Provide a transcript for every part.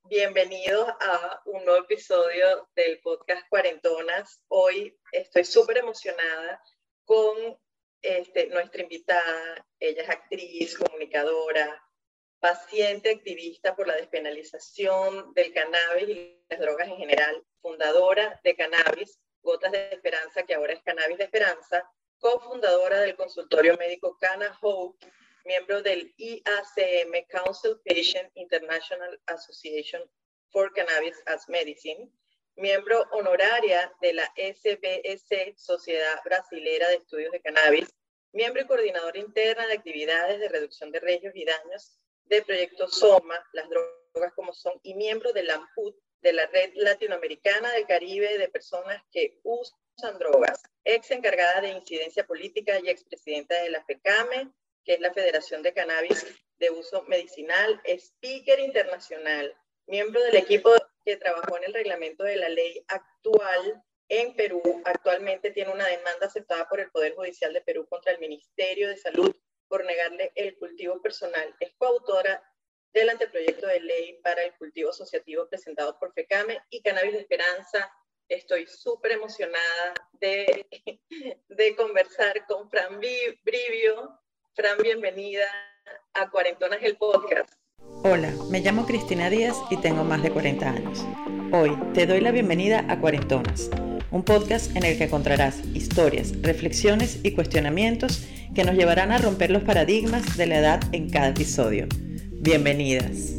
Bienvenidos a un nuevo episodio del podcast Cuarentonas. Hoy estoy súper emocionada con nuestra invitada. Ella es actriz, comunicadora, paciente activista por la despenalización del cannabis y las drogas en general, fundadora de Cannabis, Gotas de Esperanza, que ahora es Cannabis de Esperanza, cofundadora del consultorio médico Canna Hope, miembro del IACM, Council Patient International Association for Cannabis as Medicine, miembro honoraria de la SBSC, Sociedad Brasilera de Estudios de Cannabis, miembro y coordinadora interna de actividades de reducción de riesgos y daños de Proyecto SOMA, las drogas como son, y miembro de la AMPUT, de la Red Latinoamericana del Caribe de Personas que Usan Drogas, ex encargada de incidencia política y expresidenta de la FECAME, que es la Federación de Cannabis de Uso Medicinal, speaker internacional, miembro del equipo que trabajó en el reglamento de la ley actual en Perú. Actualmente tiene una demanda aceptada por el Poder Judicial de Perú contra el Ministerio de Salud por negarle el cultivo personal. Es coautora del anteproyecto de ley para el cultivo asociativo presentado por FECAME y Cannabis de Esperanza. Estoy súper emocionada de conversar con Fran Brivio. Fran, bienvenida a Cuarentonas, el podcast. Hola, me llamo Cristina Díaz y tengo más de 40 años. Hoy te doy la bienvenida a Cuarentonas, un podcast en el que encontrarás historias, reflexiones y cuestionamientos que nos llevarán a romper los paradigmas de la edad en cada episodio. Bienvenidas.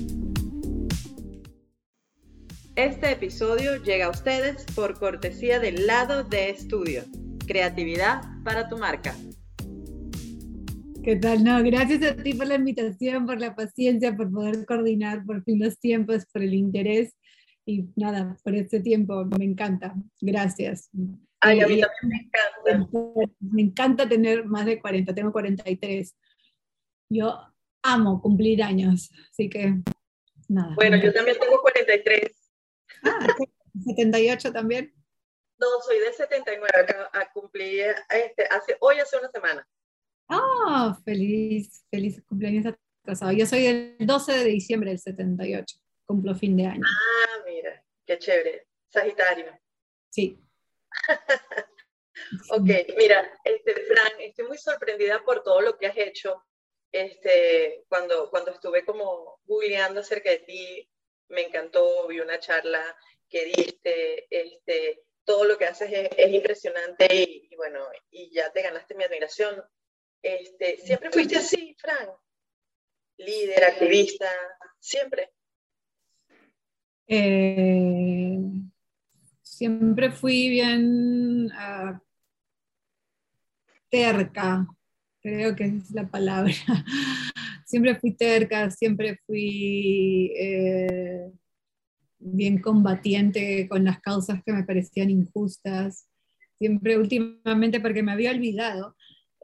Este episodio llega a ustedes por cortesía del Lado de Estudio. Creatividad para tu marca. ¿Qué tal? No, gracias a ti por la invitación, por la paciencia, por poder coordinar por fin los tiempos, por el interés y nada, por este tiempo. Me encanta. Gracias. Ay, a mí también me encanta. Me encanta tener más de 40, tengo 43. Yo amo cumplir años, así que nada. Bueno, yo también tengo 43. Ah, 78 también. No, soy de 79, cumplí hace una semana. Ah, feliz cumpleaños atrasado. Yo soy del 12 de diciembre del 78, cumplo fin de año. Ah, mira, qué chévere. Sagitario. Sí. Ok, mira, Fran, estoy muy sorprendida por todo lo que has hecho. Cuando estuve como googleando acerca de ti, me encantó, vi una charla que diste, todo lo que haces es impresionante y bueno, y ya te ganaste mi admiración. ¿Siempre fuiste así, Fran? Líder, activista, siempre. Siempre fui bien terca, creo que es la palabra. Siempre fui terca, siempre fui bien combatiente con las causas que me parecían injustas. Siempre, últimamente, porque me había olvidado.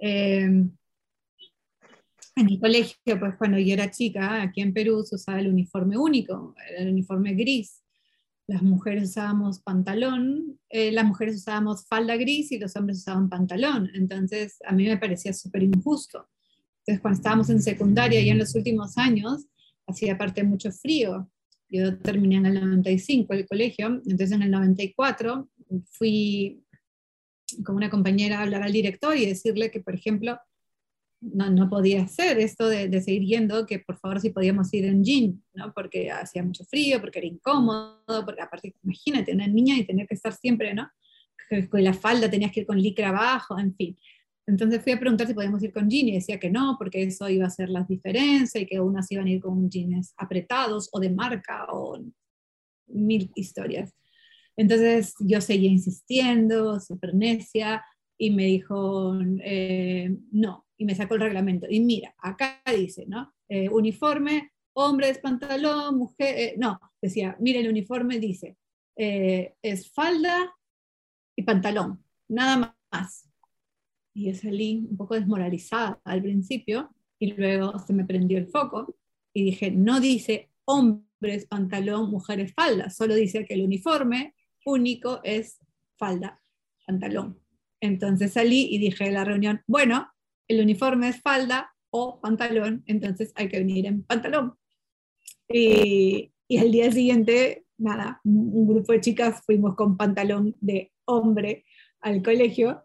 En el colegio, pues cuando yo era chica, aquí en Perú se usaba el uniforme único, era el uniforme gris. Las mujeres usábamos pantalón, las mujeres usábamos falda gris y los hombres usaban pantalón. Entonces, a mí me parecía súper injusto. Entonces, cuando estábamos en secundaria y en los últimos años, hacía parte mucho frío. Yo terminé en el 95 el colegio, entonces en el 94 fui con una compañera a hablar al director y decirle que, por ejemplo, no podía hacer esto de seguir yendo, que por favor si podíamos ir en jean, ¿no? Porque hacía mucho frío, porque era incómodo, porque aparte, imagínate, una niña y tener que estar siempre, ¿no? Con la falda tenías que ir con licra abajo, en fin. Entonces fui a preguntar si podíamos ir con jean y decía que no, porque eso iba a hacer la diferencia y que unas iban a ir con jeans apretados o de marca o mil historias. Entonces yo seguía insistiendo, súper necia, y me dijo, no, y me sacó el reglamento. Y mira, acá dice, ¿no? Uniforme, hombres, pantalón, mujer, no, decía, mira, el uniforme dice, es falda y pantalón, nada más. Y yo salí un poco desmoralizada al principio, y luego se me prendió el foco, y dije, no dice hombres, pantalón, mujeres, falda, solo dice que el uniforme único es falda, pantalón. Entonces salí y dije en la reunión, bueno, el uniforme es falda o pantalón, entonces hay que venir en pantalón. Y Y al día siguiente, nada, un grupo de chicas fuimos con pantalón de hombre al colegio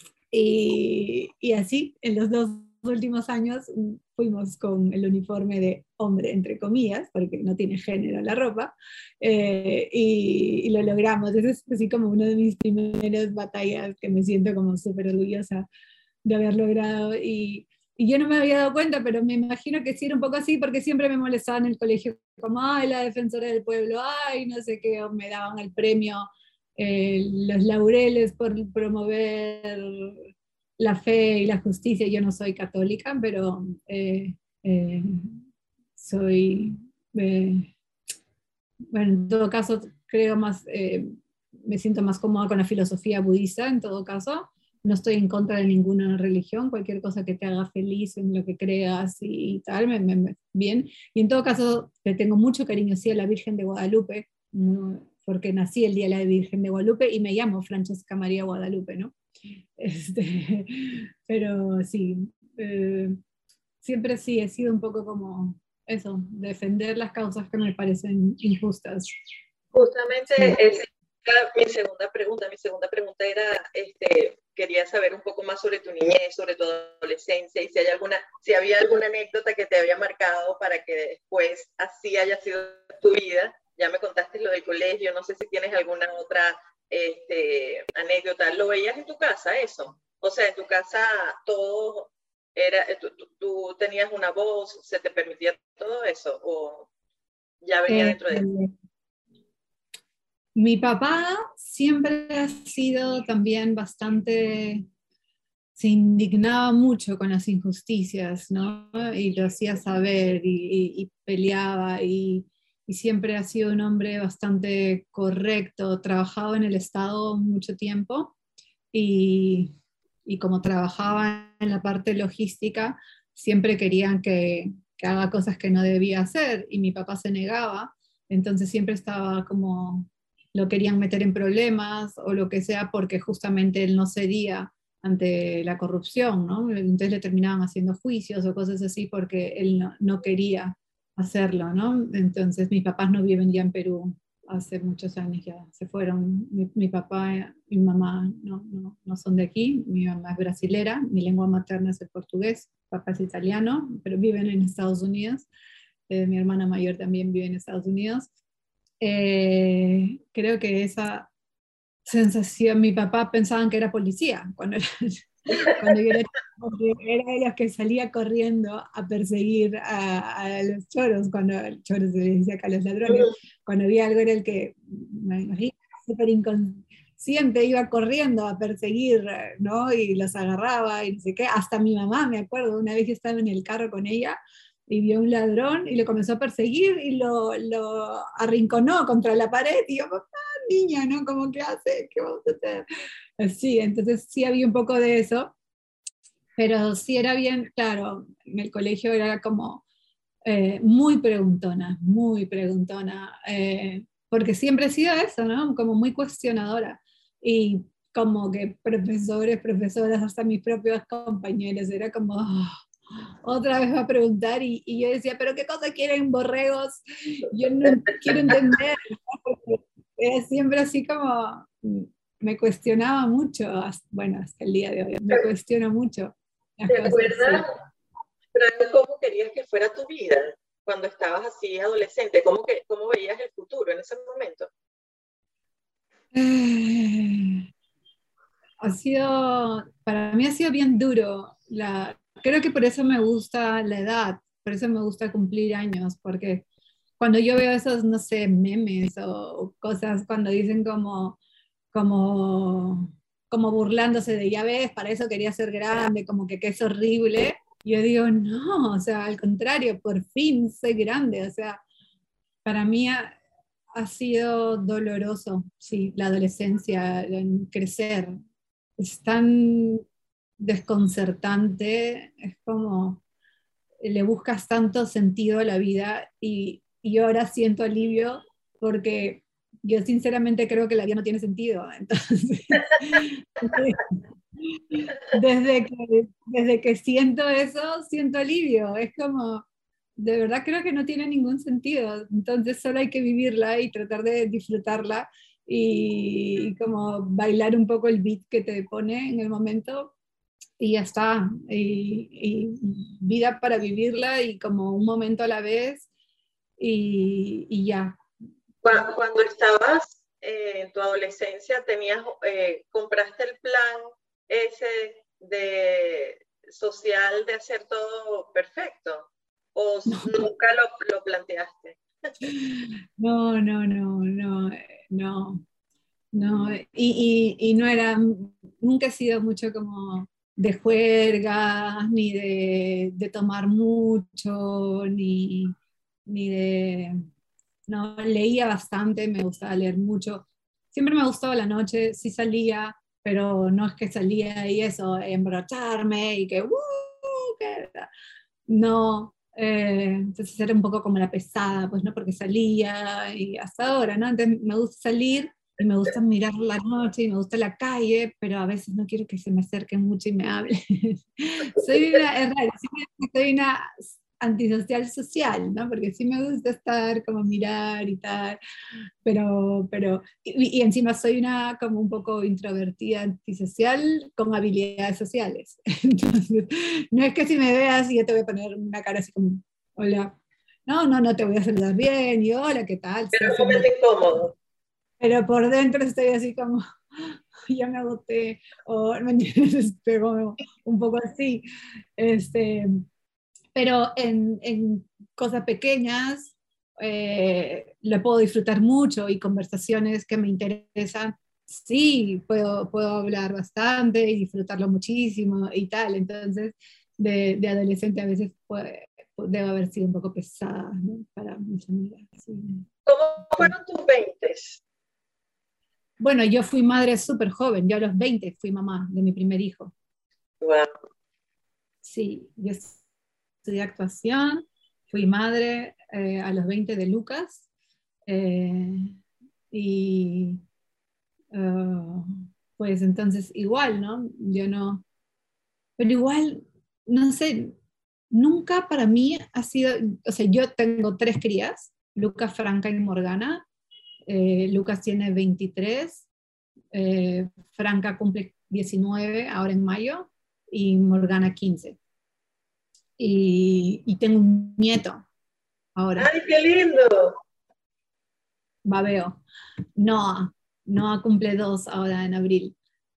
y así en los 2 últimos años fuimos con el uniforme de hombre, entre comillas, porque no tiene género la ropa, y lo logramos. Ese es así como una de mis primeras batallas que me siento como súper orgullosa de haber logrado. Y yo no me había dado cuenta, pero me imagino que sí era un poco así, porque siempre me molestaban en el colegio, como, ay, la defensora del pueblo, ay, no sé qué, o me daban el premio, los laureles por promover la fe y la justicia. Yo no soy católica, pero eh, soy, eh, bueno, en todo caso, creo más, me siento más cómoda con la filosofía budista, en todo caso. No estoy en contra de ninguna religión, cualquier cosa que te haga feliz en lo que creas y tal, bien. Y en todo caso, le tengo mucho cariño, sí, a la Virgen de Guadalupe, porque nací el día de la Virgen de Guadalupe y me llamo Francesca María Guadalupe, ¿no? Pero sí, siempre sí he sido un poco como eso, defender las causas que me parecen injustas. Justamente Sí. esa era mi segunda pregunta. Mi segunda pregunta era, quería saber un poco más sobre tu niñez, sobre tu adolescencia, y si había alguna anécdota que te había marcado para que después así haya sido tu vida. Ya me contaste lo del colegio, no sé si tienes alguna otra anécdota. ¿Lo veías en tu casa eso? O sea, en tu casa todo era, tú tenías una voz, ¿se te permitía todo eso? ¿O ya venía Eh, dentro de ti? Mi papá siempre ha sido también bastante, se indignaba mucho con las injusticias, ¿no? Y lo hacía saber y peleaba y siempre ha sido un hombre bastante correcto. Trabajaba en el Estado mucho tiempo y, y como trabajaba en la parte logística, siempre querían que haga cosas que no debía hacer y mi papá se negaba, entonces siempre estaba como, lo querían meter en problemas o lo que sea porque justamente él no cedía ante la corrupción, ¿no? Entonces le terminaban haciendo juicios o cosas así porque él no quería hacerlo, ¿no? Entonces mis papás no viven ya en Perú hace muchos años, ya se fueron. Mi papá y mi mamá no son de aquí, mi mamá es brasilera, mi lengua materna es el portugués, papá es italiano, pero viven en Estados Unidos. Mi hermana mayor también vive en Estados Unidos. Creo que esa sensación, mi papá pensaban que era policía cuando yo era chica, porque era de los que salía corriendo a perseguir a los choros, cuando choros se les decía acá a los ladrones, cuando había algo era el que, me imagino, súper inconsciente, iba corriendo a perseguir, ¿no? Y los agarraba y no sé qué, hasta mi mamá, me acuerdo, una vez que estaba en el carro con ella, y vio un ladrón y lo comenzó a perseguir y lo arrinconó contra la pared y yo, papá, niña, ¿no? ¿Cómo que hace? ¿Qué vamos a hacer? Sí, entonces sí había un poco de eso, pero sí era bien, claro, en el colegio era como muy preguntona, porque siempre he sido eso, ¿no? Como muy cuestionadora. Y como que profesores, profesoras, hasta mis propios compañeros, era como, "Oh, otra vez va a preguntar", y yo decía, pero ¿qué cosa quieren borregos? Yo no quiero entender, ¿no? Porque era siempre así como, me cuestionaba mucho, bueno, hasta el día de hoy, me cuestiono mucho las ¿Te cosas, sí. acuerdas, Fran, cómo querías que fuera tu vida cuando estabas así adolescente? ¿Cómo veías el futuro en ese momento? Ha sido, para mí ha sido bien duro. Creo que por eso me gusta la edad, por eso me gusta cumplir años, porque cuando yo veo esos, no sé, memes o cosas, cuando dicen como, como burlándose de, ya ves, para eso quería ser grande, como que es horrible, yo digo, no, o sea, al contrario, por fin soy grande, o sea, para mí ha sido doloroso, sí, la adolescencia, el crecer. Es tan desconcertante, es como le buscas tanto sentido a la vida y yo ahora siento alivio porque yo sinceramente creo que la vida no tiene sentido. Entonces, desde que siento eso, siento alivio. Es como, de verdad creo que no tiene ningún sentido. Entonces solo hay que vivirla y tratar de disfrutarla y como bailar un poco el beat que te pone en el momento y ya está. Y vida para vivirla y como un momento a la vez y ya. Cuando estabas en tu adolescencia, compraste el plan ese de social de hacer todo perfecto, o nunca lo planteaste. No, no, no, no, no, no. Y no era, nunca he sido mucho como de juergas, ni de tomar mucho, ni de, no, leía bastante, me gustaba leer mucho. Siempre me gustaba la noche, sí salía, pero no es que salía y eso, emborracharme y que, que no, entonces era un poco como la pesada, pues no, porque salía y hasta ahora, ¿no? Entonces me gusta salir y me gusta mirar la noche y me gusta la calle, pero a veces no quiero que se me acerquen mucho y me hablen. Es raro, soy una antisocial social, ¿no? Porque sí me gusta estar como mirar y tal, y encima soy una como un poco introvertida, antisocial, con habilidades sociales. Entonces, no es que si me veas y yo te voy a poner una cara así como, hola, no, no, no te voy a saludar bien, y hola, ¿qué tal? Pero es un momento incómodo. Pero por dentro estoy así como, ya me agoté, o ¿me entiendes? Como un poco así. Este, pero en cosas pequeñas lo puedo disfrutar mucho y conversaciones que me interesan, sí, puedo hablar bastante y disfrutarlo muchísimo y tal. Entonces, de adolescente a veces debo haber sido un poco pesada, ¿no? Para mis amigas. Sí. ¿Cómo fueron tus 20s? Bueno, yo fui madre súper joven, yo a los 20 fui mamá de mi primer hijo. Wow. Sí, yo estudié actuación, fui madre a los 20 de Lucas eh, y pues entonces igual, ¿no? Yo no, pero igual, no sé, nunca para mí ha sido, o sea, yo tengo 3 crías, Lucas, Franca y Morgana. Lucas tiene 23, Franca cumple 19 ahora en mayo y Morgana 15. Y tengo un nieto ahora, ¡Ay, qué lindo! babeo. Noah cumple 2 ahora en abril.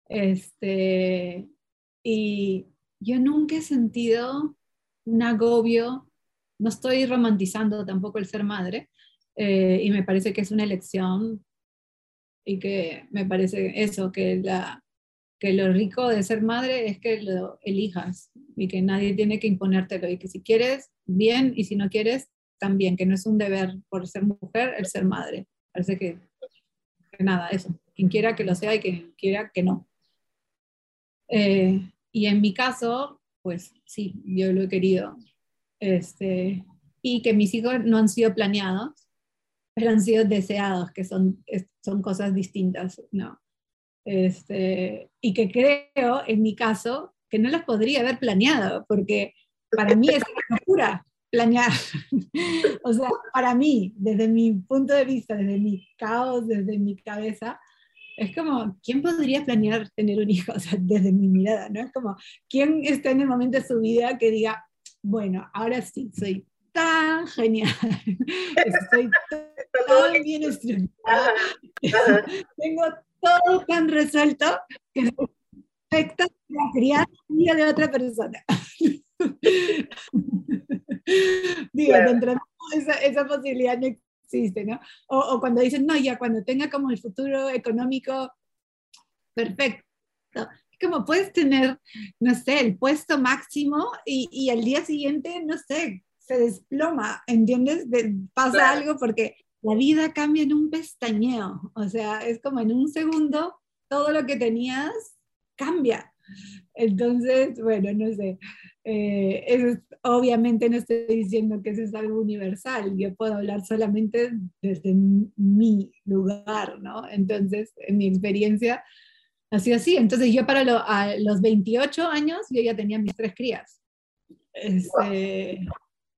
Y yo nunca he sentido un agobio, no estoy romantizando tampoco el ser madre, y me parece que es una elección y que me parece eso, que lo rico de ser madre es que lo elijas y que nadie tiene que imponértelo y que si quieres, bien, y si no quieres, también, que no es un deber por ser mujer el ser madre. Parece que nada, eso, quien quiera que lo sea y quien quiera que no. Y en mi caso, pues sí, yo lo he querido. Y que mis hijos no han sido planeados, pero han sido deseados, que son cosas distintas, ¿no? Y que creo, en mi caso, que no los podría haber planeado, porque para mí es una locura planear. O sea, para mí, desde mi punto de vista, desde mi caos, desde mi cabeza, es como, ¿quién podría planear tener un hijo? O sea, desde mi mirada, ¿no? Es como, ¿quién está en el momento de su vida que diga, bueno, ahora sí, soy tan genial, estoy tan bien estructurada, tengo todo tan resuelto que es perfecto para criar vida de otra persona. Digo, Claro. dentro de esa posibilidad no existe, ¿no? O cuando dicen, no, ya cuando tenga como el futuro económico perfecto. Es como puedes tener, no sé, el puesto máximo y al día siguiente, no sé, se desploma, ¿entiendes? Pasa Claro. algo porque la vida cambia en un pestañeo, o sea, es como en un segundo todo lo que tenías cambia. Entonces, bueno, no sé. Obviamente no estoy diciendo que eso es algo universal, yo puedo hablar solamente desde mi lugar, ¿no? Entonces, en mi experiencia, ha sido así. Entonces, yo a los 28 años, yo ya tenía mis 3 crías. Wow.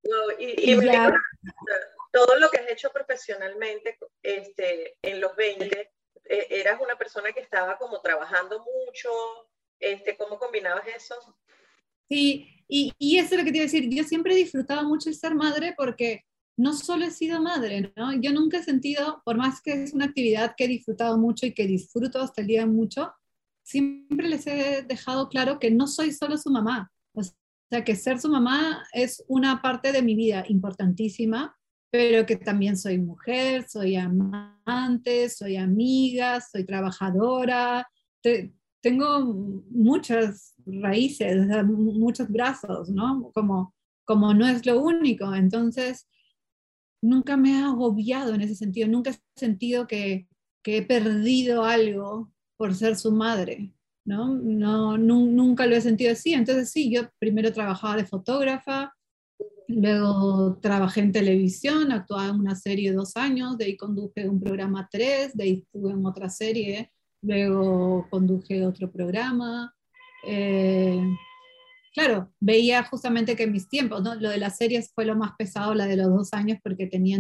Wow, y Y me digo, ya, todo lo que has hecho profesionalmente en los 20, eras una persona que estaba como trabajando mucho, ¿cómo combinabas eso? sí, y eso es lo que te iba a decir, yo siempre he disfrutado mucho el ser madre porque no solo he sido madre, ¿no? Yo nunca he sentido, por más que es una actividad que he disfrutado mucho y que disfruto hasta el día mucho, siempre les he dejado claro que no soy solo su mamá. O sea, que ser su mamá es una parte de mi vida importantísima, pero que también soy mujer, soy amante, soy amiga, soy trabajadora. Tengo muchas raíces, o sea, muchos brazos, ¿no? Como no es lo único. Entonces, nunca me ha agobiado en ese sentido, nunca he sentido que he perdido algo por ser su madre, ¿no? No, nunca lo he sentido así. Entonces, sí, yo primero trabajaba de fotógrafa, luego trabajé en televisión, actuaba en una serie 2 años, de ahí conduje un programa 3, de ahí estuve en otra serie, luego conduje otro programa. Eh, claro, veía justamente que mis tiempos, ¿no? Lo de las series fue lo más pesado, la de los 2 años, porque tenía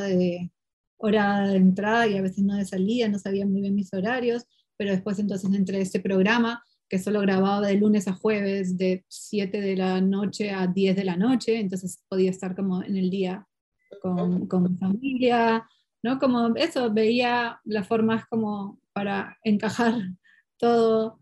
hora de entrada y a veces no de salida, no sabía muy bien mis horarios, pero después entonces entré a este programa que solo grababa de lunes a jueves, de 7 de la noche a 10 de la noche, entonces podía estar como en el día con mi familia, ¿no? Como eso, veía las formas como para encajar todo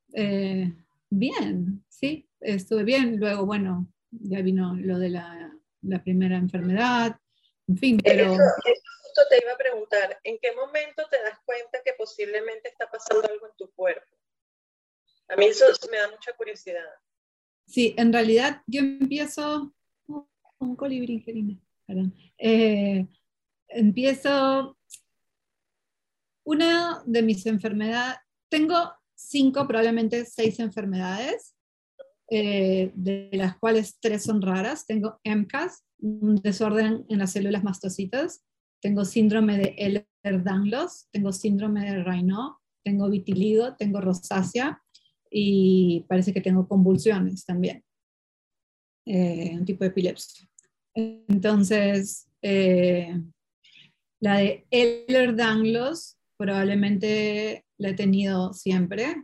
bien, ¿sí? Estuve bien, luego, bueno, ya vino lo de la primera enfermedad, en fin, Eso, pero eso justo te iba a preguntar, ¿en qué momento te das cuenta que posiblemente está pasando algo en tu cuerpo? A mí eso me da mucha curiosidad. sí, en realidad yo empiezo, un colibrí, Gerina, perdón. Empiezo una de mis enfermedades, tengo 5, probablemente 6 enfermedades, de las cuales 3 son raras. Tengo MCAS, un desorden en las células mastocitas, tengo síndrome de Ehlers-Danlos, tengo síndrome de Raynaud, tengo vitiligo, tengo rosácea y parece que tengo convulsiones también, un tipo de epilepsia. Entonces, la de Ehlers-Danlos probablemente la he tenido siempre,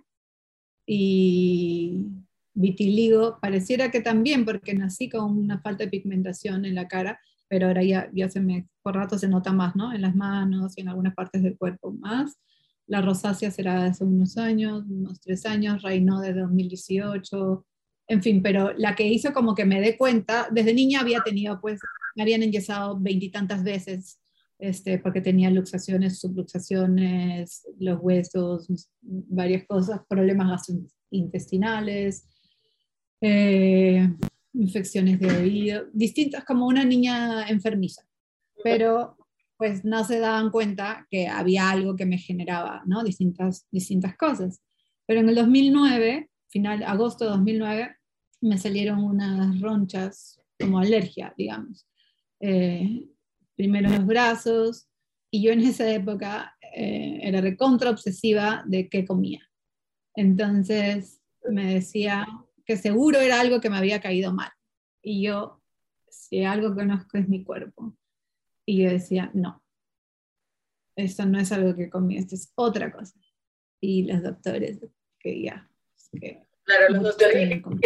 y vitiligo pareciera que también, porque nací con una falta de pigmentación en la cara, pero ahora ya por rato se nota más, ¿no? En las manos y en algunas partes del cuerpo más. La rosácea será de hace unos años, unos 3 años, Raynaud de 2018, en fin, pero la que hizo como que me dé cuenta, desde niña había tenido, pues, me habían enyesado 20 y tantas veces, porque tenía luxaciones, subluxaciones, los huesos, varias cosas, problemas gastrointestinales, eh, infecciones de oído, distintas, como una niña enfermiza, pero pues no se daban cuenta que había algo que me generaba, ¿no? Distintas cosas. Pero en el 2009, agosto de 2009, me salieron unas ronchas como alergia, digamos. Eh, Primero en los brazos, y yo en esa época era recontra obsesiva de qué comía. Entonces me decía que seguro era algo que me había caído mal. Y yo, si algo conozco es mi cuerpo. Y yo decía, no, esto no es algo que comí, esto es otra cosa. Y los doctores, que ya, que Claro, los muchos doctores tienen dicen que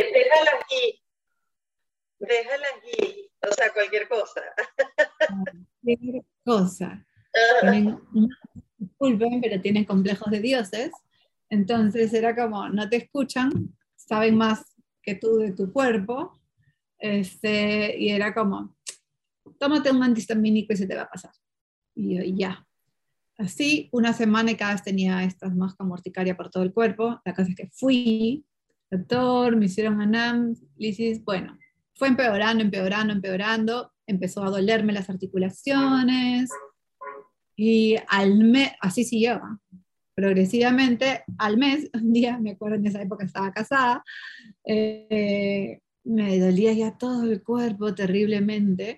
déjala allí, o sea, cualquier cosa. cualquier cosa. Ajá. Tienen, disculpen, pero tienen complejos de dioses. Entonces era como, no te escuchan, saben más que tú de tu cuerpo. Y era como, tómate un antihistamínico y se te va a pasar. Y yo, ya. Así, una semana y cada vez tenía estas mosca urticaria por todo el cuerpo. La cosa es que fui, doctor, me hicieron análisis, bueno, fue empeorando, empeorando, empeorando, empezó a dolerme las articulaciones, y al mes, así siguió, ¿no? Progresivamente, al mes, un día, me acuerdo en esa época estaba casada, me dolía ya todo el cuerpo terriblemente,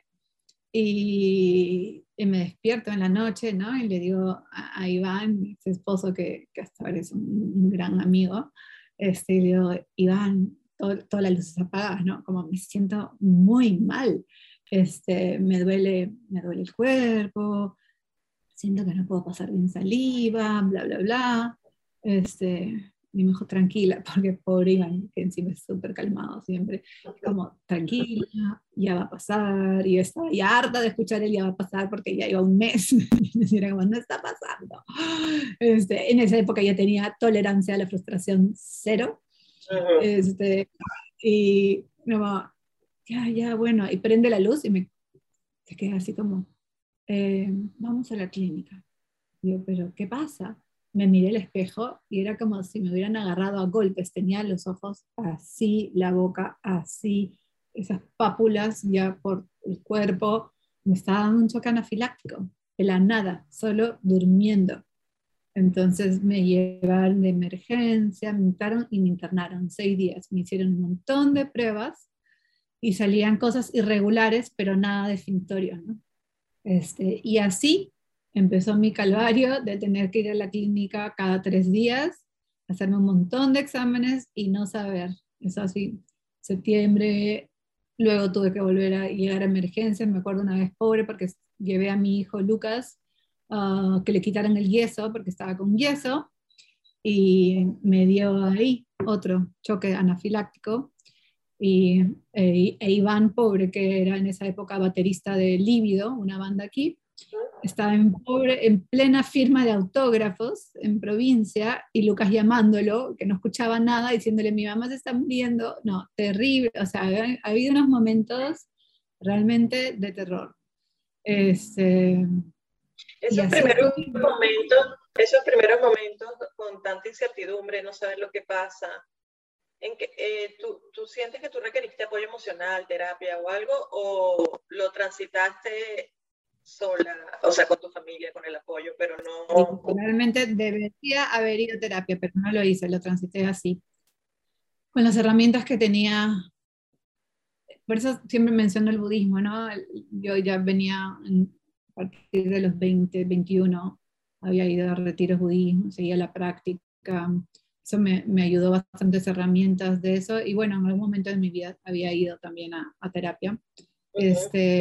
y me despierto en la noche, ¿no? Y le digo a Iván, mi esposo, que hasta ahora es un gran amigo, y le digo, Iván, todas las luces apagadas, ¿no? Como me siento muy mal. me duele el cuerpo, siento que no puedo pasar bien saliva, bla, bla, bla. Y me dijo, tranquila, porque pobre Iván, que encima es súper calmado siempre, como, tranquila, ya va a pasar, y yo estaba ya harta de escuchar el ya va a pasar, porque ya iba un mes, y era como, no está pasando. En esa época ya tenía tolerancia a la frustración cero, y no, ya, bueno, y prende la luz, y se queda así como, vamos a la clínica. Y yo, pero ¿qué pasa? Me miré el espejo y era como si me hubieran agarrado a golpes. Tenía los ojos así, la boca así, esas pápulas ya por el cuerpo. Me estaba dando un choque anafiláctico, de la nada, solo durmiendo. Entonces me llevaron de emergencia, me internaron 6 días. Me hicieron un montón de pruebas y salían cosas irregulares, pero nada definitorio, ¿no? Y así empezó mi calvario de tener que ir a la clínica cada 3 días, hacerme un montón de exámenes y no saber. Eso así, septiembre, luego tuve que volver a llegar a emergencias. Me acuerdo una vez pobre porque llevé a mi hijo Lucas que le quitaran el yeso porque estaba con yeso y me dio ahí otro choque anafiláctico. Iván, pobre, que era en esa época baterista de Lívido, una banda aquí, estaba en plena firma de autógrafos en provincia, y Lucas llamándolo, que no escuchaba nada, diciéndole, mi mamá se está muriendo. No, terrible, o sea, ha habido unos momentos realmente de terror. Y Esos así primeros fue. momentos, esos primeros momentos con tanta incertidumbre, no saber lo que pasa, en que, ¿tú sientes que tú requeriste apoyo emocional, terapia o algo, o lo transitaste sola, o sea, con tu familia, con el apoyo, pero no? Realmente debería haber ido a terapia, pero no lo hice, lo transité así, con las herramientas que tenía. Por eso siempre menciono el budismo, ¿no? Yo ya venía a partir de los 20, 21, había ido a retiros budismo, seguía la práctica. Eso me ayudó bastantes herramientas de eso. Y bueno, en algún momento de mi vida había ido también a terapia. Este,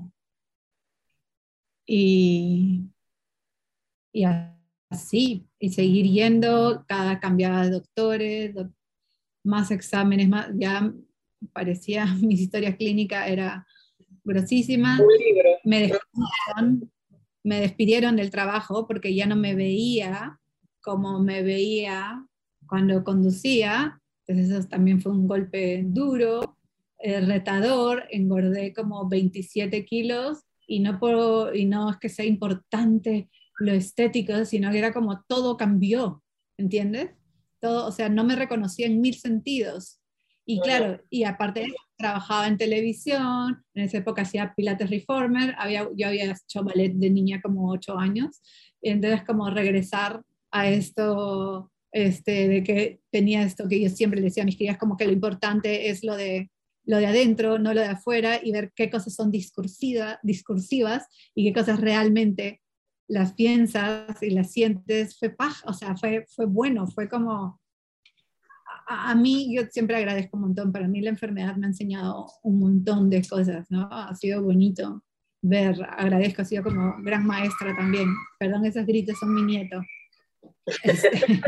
y, y así, y seguir yendo, cada cambiada de doctores, más exámenes, más, ya parecía, mis historias clínicas era grosísima. Un libro. Me despidieron, me despidieron del trabajo porque ya no me veía como me veía cuando conducía. Entonces eso también fue un golpe duro, retador. Engordé como 27 kilos y no es que sea importante lo estético, sino que era como todo cambió, ¿entiendes? Todo, o sea, no me reconocía en mil sentidos. Y claro, y aparte trabajaba en televisión, en esa época hacía Pilates Reformer, yo había hecho ballet de niña como 8 años, entonces como regresar a esto, de que tenía esto que yo siempre le decía a mis crías, como que lo importante es lo de adentro, no lo de afuera, y ver qué cosas son discursivas y qué cosas realmente las piensas y las sientes. Fue paja, o sea, fue bueno, fue como a mí yo siempre agradezco un montón. Para mí la enfermedad me ha enseñado un montón de cosas, ¿no? Ha sido bonito ver, agradezco, ha sido como gran maestra también. Perdón, esos gritos son mi nieto. Este,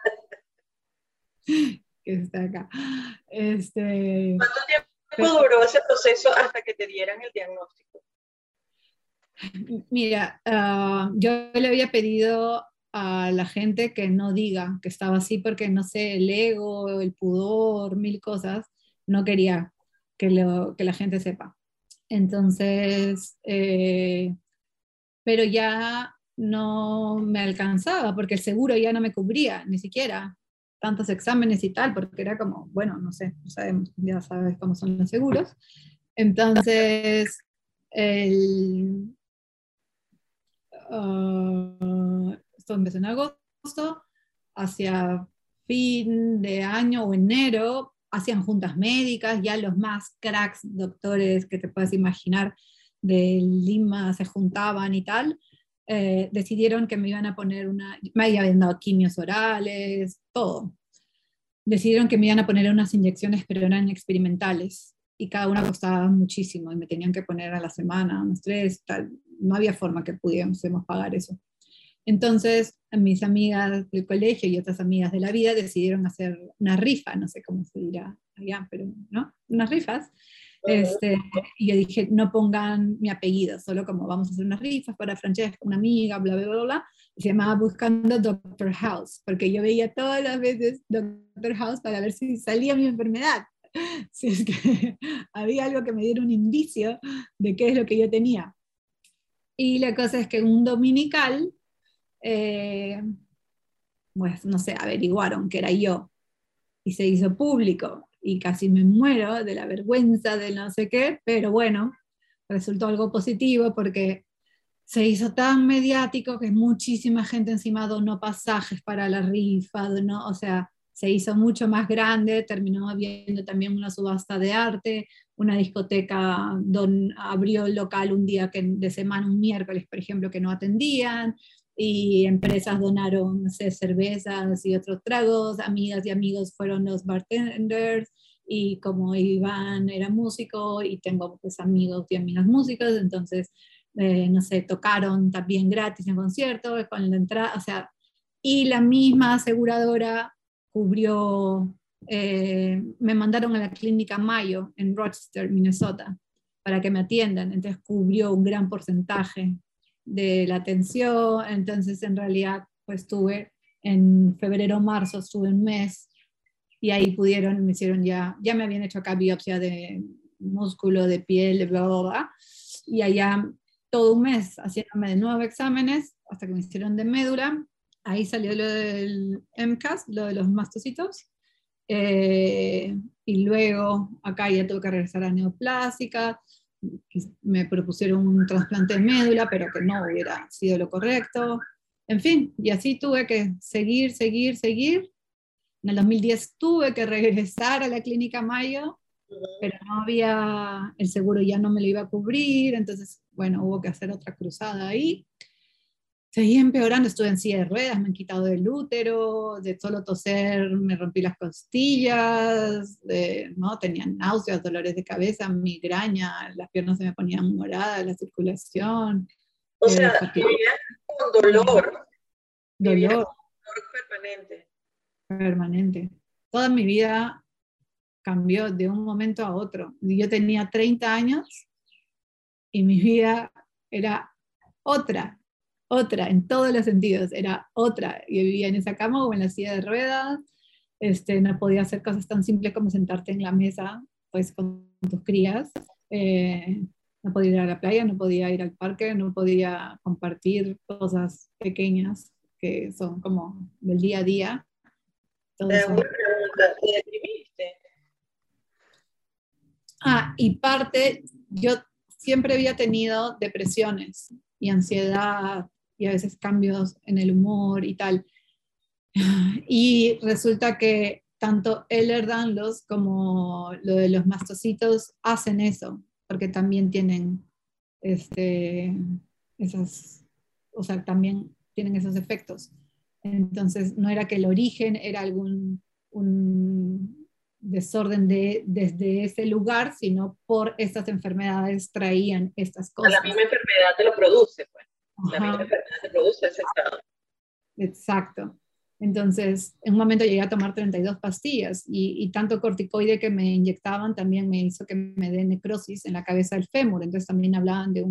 que está acá. ¿Cuánto tiempo Pero, duró ese proceso hasta que te dieran el diagnóstico? mira, yo le había pedido a la gente que no diga que estaba así porque, no sé, el ego, el pudor, mil cosas, no quería que la gente sepa. Entonces, pero ya no me alcanzaba porque el seguro ya no me cubría, ni siquiera tantos exámenes y tal, porque era como, bueno, no sé, no sabemos, ya sabes cómo son los seguros. Entonces, el, esto empezó en agosto, hacia fin de año o enero, hacían juntas médicas, ya los más cracks doctores que te puedas imaginar de Lima se juntaban y tal, decidieron que me iban a poner me habían dado quimios orales, todo. Decidieron que me iban a poner unas inyecciones, pero eran experimentales. y cada una costaba muchísimo y me tenían que poner a la semana, unos 3, tal. No había forma que pudiésemos pagar eso. Entonces, mis amigas del colegio y otras amigas de la vida decidieron hacer una rifa, no sé cómo se dirá allá, pero ¿no? Unas rifas. Y yo dije, no pongan mi apellido, solo como vamos a hacer unas rifas para Francesca, una amiga, bla, bla, bla, bla. Y se llamaba Buscando Doctor House, porque yo veía todas las veces Doctor House para ver si salía mi enfermedad, si es que había algo que me diera un indicio de qué es lo que yo tenía. Y la cosa es que un dominical, pues no sé, averiguaron que era yo y se hizo público y casi me muero de la vergüenza de no sé qué, pero bueno, resultó algo positivo porque se hizo tan mediático que muchísima gente encima donó pasajes para la rifa, donó, o sea, se hizo mucho más grande, terminó habiendo también una subasta de arte, una discoteca abrió el local un día de semana, un miércoles, por ejemplo, que no atendían, y empresas donaron, no sé, cervezas y otros tragos, amigas y amigos fueron los bartenders, y como Iván era músico y tengo pues amigos y amigas músicos, entonces, no sé, tocaron también gratis en conciertos, con la entrada, o sea, y la misma aseguradora cubrió, me mandaron a la clínica Mayo en Rochester, Minnesota, para que me atiendan, entonces cubrió un gran porcentaje de la atención, entonces en realidad pues estuve en febrero, marzo, estuve un mes y ahí pudieron, me hicieron ya me habían hecho acá biopsia de músculo, de piel, de bla, bla, bla, y allá todo un mes haciéndome de nuevo exámenes hasta que me hicieron de médula, ahí salió lo del MCAS, lo de los mastocitos, y luego acá ya tuve que regresar a neoplásica, me propusieron un trasplante de médula, pero que no hubiera sido lo correcto. En fin, y así tuve que seguir. En el 2010 tuve que regresar a la clínica Mayo, pero no había, el seguro ya no me lo iba a cubrir, entonces, bueno, hubo que hacer otra cruzada ahí. Seguí empeorando, estuve en silla de ruedas, me han quitado del útero, de solo toser me rompí las costillas, ¿no? Tenía náuseas, dolores de cabeza, migraña, las piernas se me ponían moradas, la circulación, O sea, fatiga, vivías con dolor, vivías con dolor dolor permanente. permanente. Toda mi vida cambió de un momento a otro. Yo tenía 30 años y mi vida era otra, en todos los sentidos, era otra. Yo vivía en esa cama o en la silla de ruedas, no podía hacer cosas tan simples como sentarte en la mesa pues con tus crías, no podía ir a la playa, no podía ir al parque, no podía compartir cosas pequeñas que son como del día a día. Todo Te hago eso. una pregunta, ¿te deprimiste? Y parte, yo siempre había tenido depresiones y ansiedad y a veces cambios en el humor y tal. Y resulta que tanto Ehlers-Danlos como lo de los mastocitos hacen eso, porque también tienen esas, o sea, también tienen esos efectos. Entonces, no era que el origen era algún un desorden desde ese lugar, sino por estas enfermedades traían estas La cosas. misma enfermedad te lo produce, pues. La Ajá. misma enfermedad te produce ese estado. Exacto. Entonces, en un momento llegué a tomar 32 pastillas y tanto corticoide que me inyectaban también me hizo que me dé necrosis en la cabeza del fémur. Entonces también hablaban de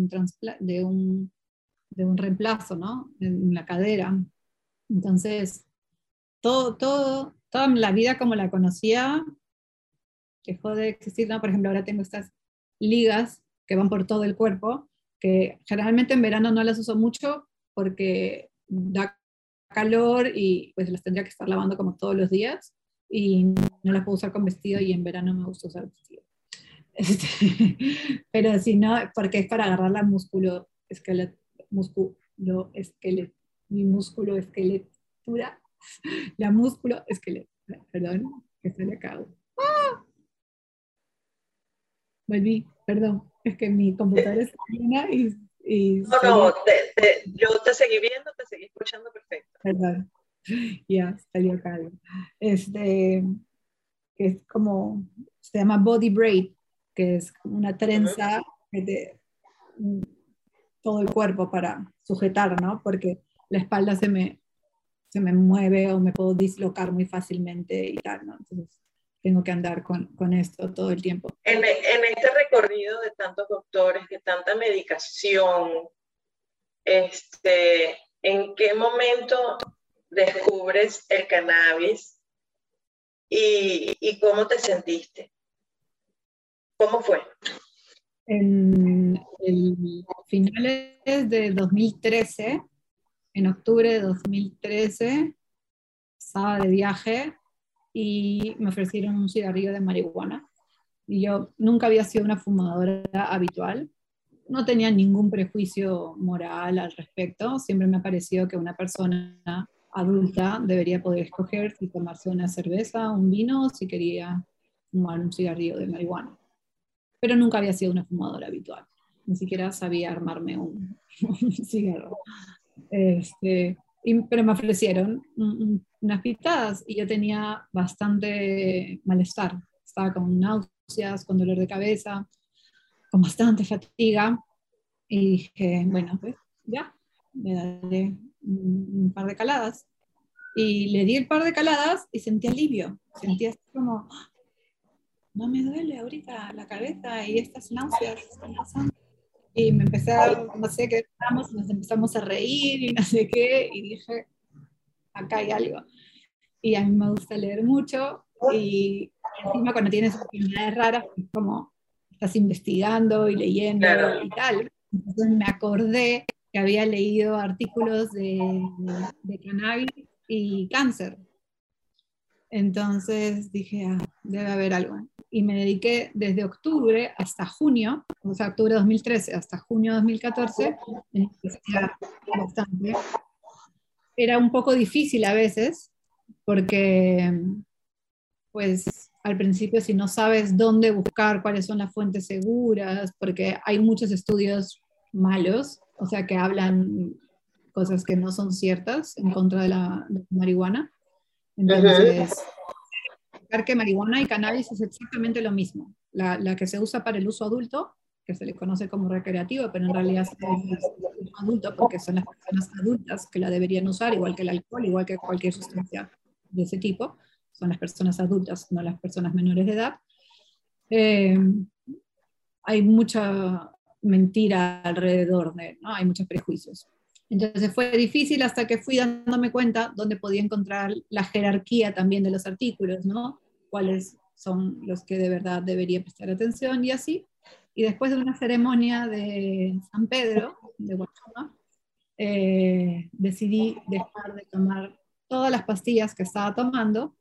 un reemplazo, ¿no? En la cadera. Entonces, toda la vida como la conocía dejó de existir, ¿no? Por ejemplo, ahora tengo estas ligas que van por todo el cuerpo, que generalmente en verano no las uso mucho porque da calor y pues las tendría que estar lavando como todos los días y no las puedo usar con vestido y en verano me gusta usar vestido. Pero si no, porque es para agarrar la mi músculo esqueletura, la músculo esqueletura, perdón, que se le acabó. Volví, perdón, es que mi computadora está llena y No, yo te seguí viendo, te seguí escuchando perfecto. perdón, ya salió calvo. Que es como, se llama body braid, que es una trenza todo el cuerpo para sujetar, ¿no? Porque la espalda se me mueve o me puedo dislocar muy fácilmente y tal, ¿no? Entonces tengo que andar con esto todo el tiempo. En este recorrido de tantos doctores, de tanta medicación, ¿en qué momento descubres el cannabis y cómo te sentiste? ¿Cómo fue? En finales de 2013, en octubre de 2013, estaba de viaje y me ofrecieron un cigarrillo de marihuana. Y yo nunca había sido una fumadora habitual, no tenía ningún prejuicio moral al respecto, siempre me ha parecido que una persona adulta debería poder escoger si tomarse una cerveza, un vino, o si quería fumar un cigarrillo de marihuana. Pero nunca había sido una fumadora habitual, ni siquiera sabía armarme un cigarro. Pero me ofrecieron unas pitadas y yo tenía bastante malestar, estaba con náuseas, con dolor de cabeza, con bastante fatiga, y dije, bueno, pues ya, me daré un par de caladas. Y le di el par de caladas y sentí alivio, sentí así como, no me duele ahorita la cabeza y estas náuseas están pasando. Y me empecé a, no sé qué, nos empezamos a reír y no sé qué, y dije, acá hay algo. Y a mí me gusta leer mucho, y encima cuando tienes actividades raras, pues como estás investigando y leyendo Claro. y tal. Entonces me acordé que había leído artículos de cannabis y cáncer. Entonces dije, debe haber algo. Y me dediqué desde octubre hasta junio, o sea, octubre de 2013 hasta junio de 2014, a investigar bastante. Era un poco difícil a veces, porque pues al principio si no sabes dónde buscar, cuáles son las fuentes seguras, porque hay muchos estudios malos, o sea, que hablan cosas que no son ciertas en contra de la marihuana. Entonces, que marihuana y cannabis es exactamente lo mismo. La que se usa para el uso adulto, que se le conoce como recreativo, pero en realidad es uso adulto porque son las personas adultas que la deberían usar, igual que el alcohol, igual que cualquier sustancia de ese tipo. Son las personas adultas, no las personas menores de edad. Hay mucha mentira alrededor de, ¿no? Hay muchos prejuicios. Entonces fue difícil hasta que fui dándome cuenta dónde podía encontrar la jerarquía también de los artículos, ¿no? Cuáles son los que de verdad debería prestar atención y así. Y después de una ceremonia de San Pedro, de Huachuma, decidí dejar de tomar todas las pastillas que estaba tomando.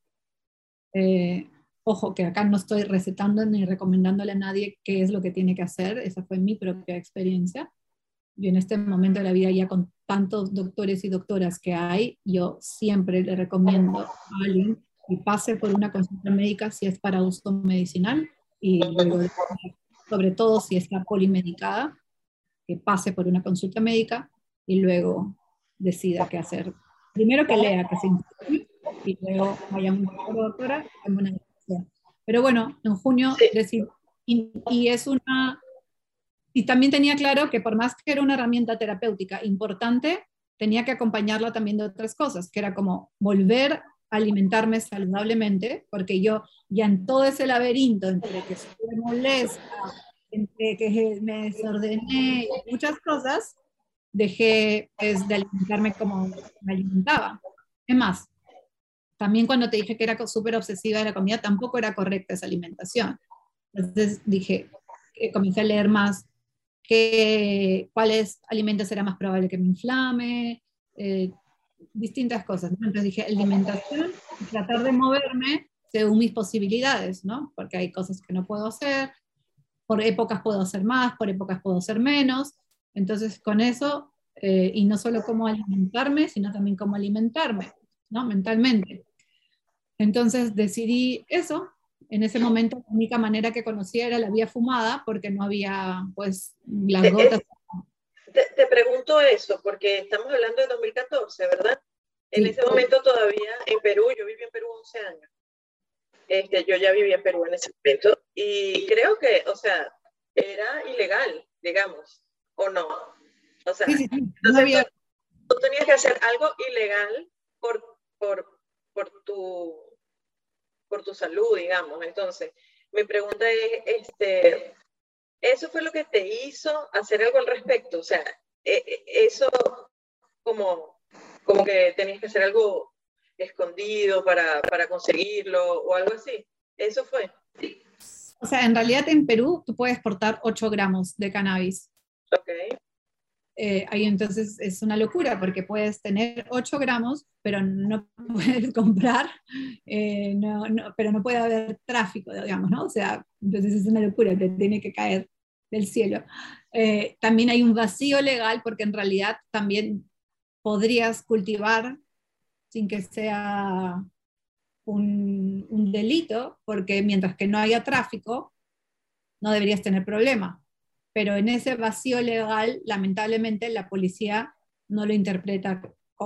Ojo, que acá no estoy recetando ni recomendándole a nadie qué es lo que tiene que hacer, esa fue mi propia experiencia. Yo en este momento de la vida, ya con tantos doctores y doctoras que hay, yo siempre le recomiendo a alguien que pase por una consulta médica si es para uso medicinal, y luego, sobre todo si está polimedicada, que pase por una consulta médica y luego decida qué hacer. Primero que lea, que se informe, y luego vaya a un doctor o doctora en una decisión. Pero bueno, en junio Sí. decidí, y es una... Y también tenía claro que por más que era una herramienta terapéutica importante, tenía que acompañarla también de otras cosas, que era como volver a alimentarme saludablemente, porque yo ya en todo ese laberinto entre que estuve molesta, entre que me desordené y muchas cosas, dejé pues, de alimentarme como me alimentaba. Es más, también cuando te dije que era súper obsesiva de la comida, tampoco era correcta esa alimentación. Entonces dije, comencé a leer más cuáles alimentos era más probable que me inflame, distintas cosas, ¿no? Entonces dije, alimentación, y tratar de moverme según mis posibilidades, ¿no? Porque hay cosas que no puedo hacer, por épocas puedo hacer más, por épocas puedo hacer menos. Entonces con eso, y no solo cómo alimentarme, sino también cómo alimentarme, ¿no? Mentalmente. Entonces decidí eso. En ese momento la única manera que conocía era la vía fumada, porque no había, pues, las gotas. Te pregunto eso, porque estamos hablando de 2014, ¿verdad? En Sí. ese momento todavía en Perú, yo viví en Perú 11 años. Yo ya vivía en Perú en ese momento, y creo que, o sea, era ilegal, digamos, o no. O sea, Sí, sí, sí. No entonces había, tú tenías que hacer algo ilegal por, por, por, tu, por tu salud, digamos. Entonces, mi pregunta es, ¿eso fue lo que te hizo hacer algo al respecto? O sea, eso como, como que tenías que hacer algo escondido para conseguirlo o algo así. Eso fue. o sea, en realidad en Perú tú puedes portar 8 gramos de cannabis. Ok. Ahí entonces es una locura porque puedes tener 8 gramos, pero no puedes comprar, pero no puede haber tráfico, digamos, ¿no? O sea, entonces es una locura, te tiene que caer del cielo. También hay un vacío legal porque en realidad también podrías cultivar sin que sea un delito, porque mientras que no haya tráfico, no deberías tener problema. Pero en ese vacío legal, lamentablemente, la policía no lo interpreta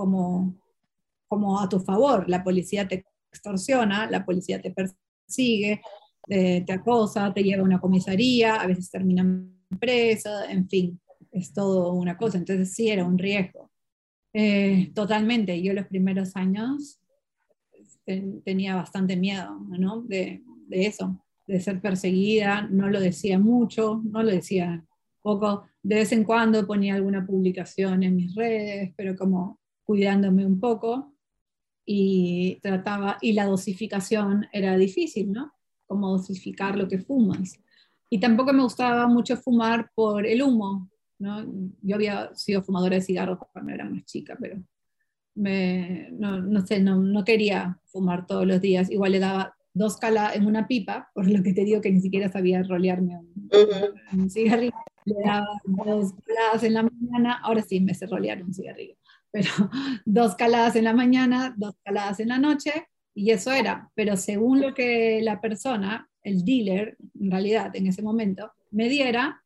como a tu favor. La policía te extorsiona, la policía te persigue, te acosa, te lleva a una comisaría, a veces terminan presa, en fin, es todo una cosa. Entonces sí era un riesgo. Totalmente. Yo los primeros años tenía bastante miedo, ¿no? De eso, de ser perseguida, no lo decía mucho, no lo decía poco, de vez en cuando ponía alguna publicación en mis redes, pero como cuidándome un poco y trataba, y la dosificación era difícil, ¿no? Cómo dosificar lo que fumas. Y tampoco me gustaba mucho fumar por el humo, ¿no? Yo había sido fumadora de cigarros cuando era más chica, pero no sé, no quería fumar todos los días. Igual le daba 2 caladas en una pipa, por lo que te digo que ni siquiera sabía rolearme un cigarrillo. Le daba 2 caladas en la mañana, ahora sí me sé rolear un cigarrillo, pero 2 caladas en la mañana, 2 caladas en la noche, y eso era. Pero según lo que la persona, el dealer, en realidad en ese momento, me diera,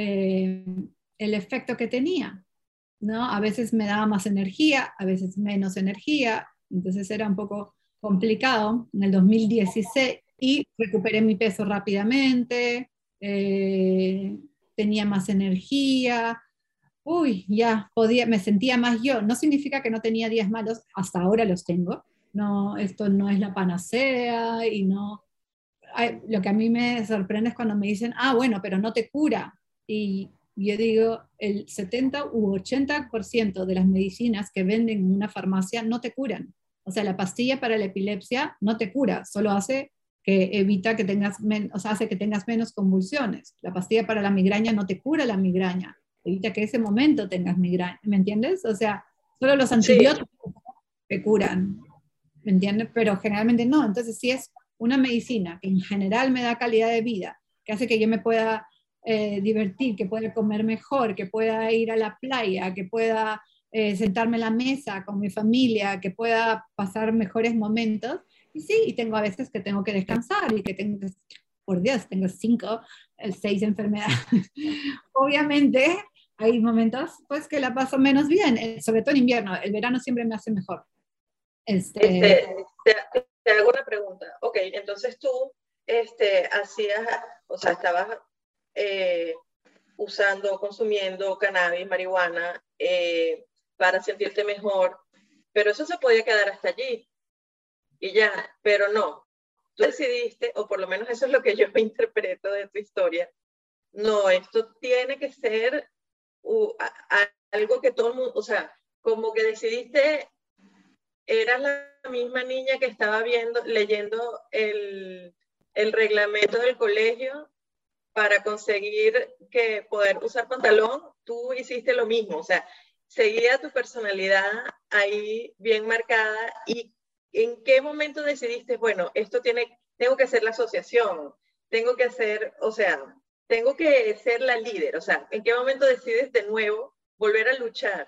el efecto que tenía. ¿No? A veces me daba más energía, a veces menos energía, entonces era un poco complicado en el 2016 y recuperé mi peso rápidamente, tenía más energía, uy, ya podía, me sentía más yo. No significa que no tenía días malos, hasta ahora los tengo. No, esto no es la panacea y no. Lo que a mí me sorprende es cuando me dicen, ah, bueno, pero no te cura. Y yo digo, el 70 u 80% de las medicinas que venden en una farmacia no te curan. O sea, la pastilla para la epilepsia no te cura, solo hace que evita que tengas, o sea, hace que tengas menos convulsiones. La pastilla para la migraña no te cura la migraña, evita que ese momento tengas migraña, ¿me entiendes? O sea, solo los Sí, antibióticos te curan, ¿me entiendes? Pero generalmente no. Entonces, si es una medicina que en general me da calidad de vida, que hace que yo me pueda divertir, que pueda comer mejor, que pueda ir a la playa, que pueda sentarme a la mesa con mi familia, que pueda pasar mejores momentos. Y sí, y tengo a veces que tengo que descansar y que tengo, por Dios, tengo 5, 6 enfermedades. Obviamente hay momentos pues que la paso menos bien, sobre todo en invierno. El verano siempre me hace mejor. Este, te hago una pregunta. Ok, entonces tú hacías, o sea, estabas eh, usando, consumiendo cannabis, marihuana, para sentirte mejor, pero eso se podía quedar hasta allí y ya, pero no. Tú decidiste, o por lo menos eso es lo que yo interpreto de tu historia, no, esto tiene que ser algo que todo el mundo, o sea, como que decidiste, eras la misma niña que estaba leyendo el reglamento del colegio para conseguir que poder usar pantalón, tú hiciste lo mismo, o sea, seguía tu personalidad ahí bien marcada. ¿Y en qué momento decidiste, bueno, tengo que hacer la asociación, tengo que hacer, o sea, tengo que ser la líder, o sea, ¿en qué momento decides de nuevo volver a luchar?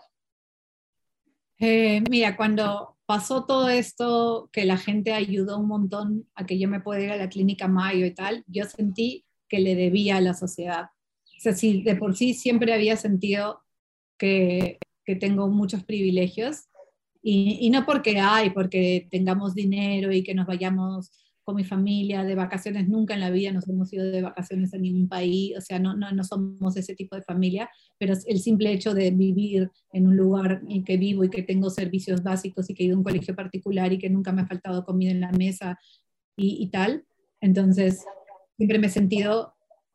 mira, cuando pasó todo esto, que la gente ayudó un montón a que yo me pueda ir a la clínica Mayo y tal, yo sentí que le debía a la sociedad. O sea, sí, de por sí siempre había sentido que tengo muchos privilegios y no porque hay, porque tengamos dinero y que nos vayamos con mi familia, de vacaciones, nunca en la vida nos hemos ido de vacaciones a ningún país, o sea, no somos ese tipo de familia, pero el simple hecho de vivir en un lugar en que vivo y que tengo servicios básicos y que he ido a un colegio particular y que nunca me ha faltado comida en la mesa y tal, entonces siempre me he sentido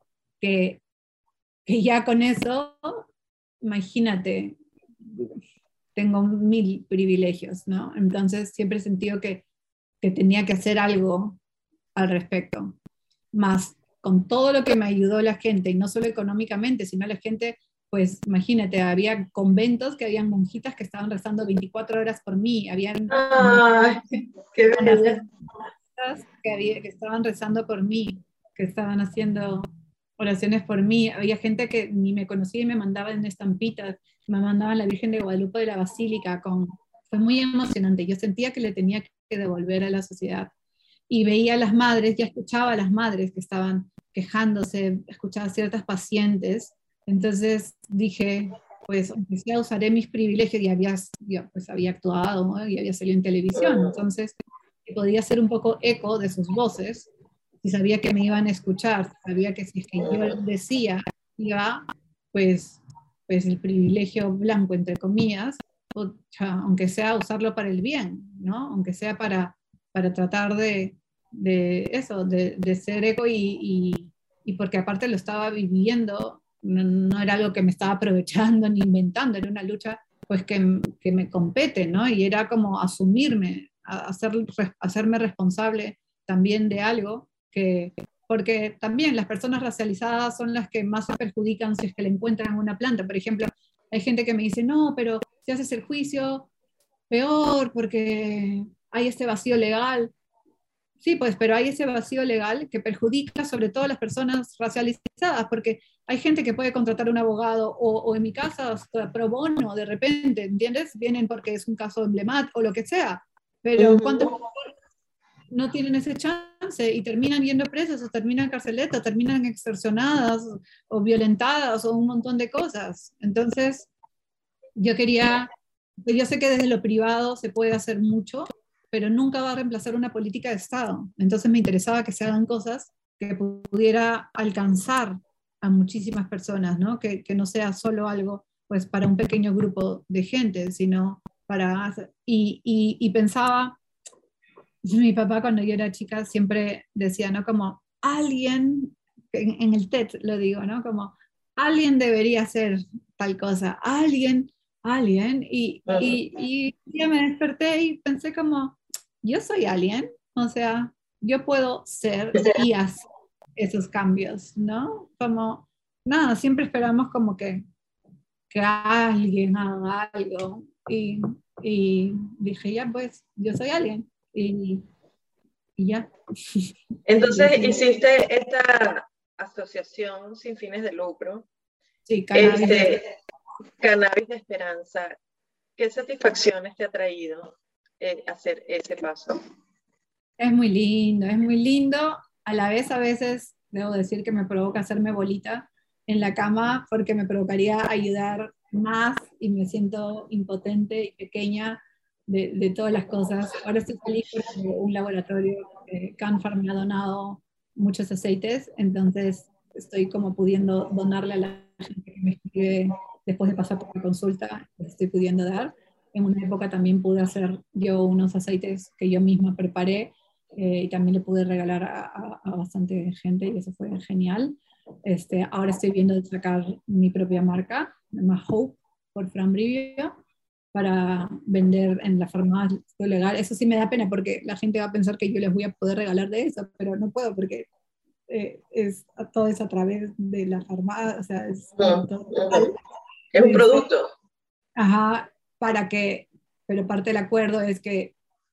que ya con eso, imagínate, tengo 1000 privilegios, ¿no? Entonces siempre he sentido que tenía que hacer algo al respecto. Más con todo lo que me ayudó la gente, y no solo económicamente, sino la gente, pues imagínate, había conventos que habían monjitas que estaban rezando 24 horas por mí, habían Ay, qué bella. que estaban rezando por mí, que estaban haciendo oraciones por mí. Había gente que ni me conocía y me mandaba en estampitas, me mandaban la Virgen de Guadalupe de la Basílica. Fue muy emocionante. Yo sentía que le tenía que devolver a la sociedad. Y veía a las madres, ya escuchaba a las madres que estaban quejándose, escuchaba a ciertas pacientes. Entonces dije, pues aunque sea, usaré mis privilegios, y pues había actuado, ¿no? Y había salido en televisión. Entonces podía ser un poco eco de sus voces, y sabía que me iban a escuchar, sabía que si es que yo decía, iba, pues, pues el privilegio blanco, entre comillas, aunque sea usarlo para el bien, ¿no? Aunque sea para tratar de ser eco y porque aparte lo estaba viviendo, no era algo que me estaba aprovechando ni inventando, era una lucha pues que me compete, ¿no? Y era como asumirme, hacerme responsable también de algo porque también las personas racializadas son las que más se perjudican si es que le encuentran una planta. Por ejemplo, hay gente que me dice, no, pero si haces el juicio, peor, porque hay este vacío legal. Sí, pues, pero hay ese vacío legal que perjudica sobre todo a las personas racializadas, porque hay gente que puede contratar un abogado, o en mi casa, hasta pro bono, de repente, ¿entiendes? Vienen porque es un caso emblemático o lo que sea, pero ¿cuántos no tienen ese chance y terminan yendo presas o terminan carceletas, terminan extorsionadas o violentadas o un montón de cosas? Entonces, yo sé que desde lo privado se puede hacer mucho, pero nunca va a reemplazar una política de Estado. Entonces me interesaba que se hagan cosas que pudiera alcanzar a muchísimas personas, ¿no? Que no sea solo algo pues para un pequeño grupo de gente, sino para... Y pensaba, mi papá cuando yo era chica siempre decía, ¿no? Como alguien, en el TED lo digo, ¿no? Como alguien debería hacer tal cosa, alguien, y ya me desperté y pensé como, yo soy alguien, o sea, yo puedo ser y hacer esos cambios, ¿no? Como, nada, siempre esperamos como que alguien haga algo, y dije, ya pues, yo soy alguien, y ya. Entonces hiciste esta asociación sin fines de lucro, Sí, cannabis. Cannabis de Esperanza. ¿Qué satisfacciones te ha traído hacer ese paso? Es muy lindo, es muy lindo. A la vez, a veces, debo decir que me provoca hacerme bolita en la cama porque me provocaría ayudar más y me siento impotente y pequeña de todas las cosas. Ahora estoy feliz porque un laboratorio, Canfar, me ha donado muchos aceites, entonces estoy como pudiendo donarle a la gente que me escribe después de pasar por la consulta, les estoy pudiendo dar. En una época también pude hacer yo unos aceites que yo misma preparé, y también le pude regalar a bastante gente y eso fue genial. Ahora estoy viendo de sacar mi propia marca, más Hope, por Fran Brivio, para vender en la farmacia legal. Eso sí me da pena porque la gente va a pensar que yo les voy a poder regalar de eso, pero no puedo porque todo es a través de la farmacia, o sea, es Es un producto. Ajá, pero parte del acuerdo es que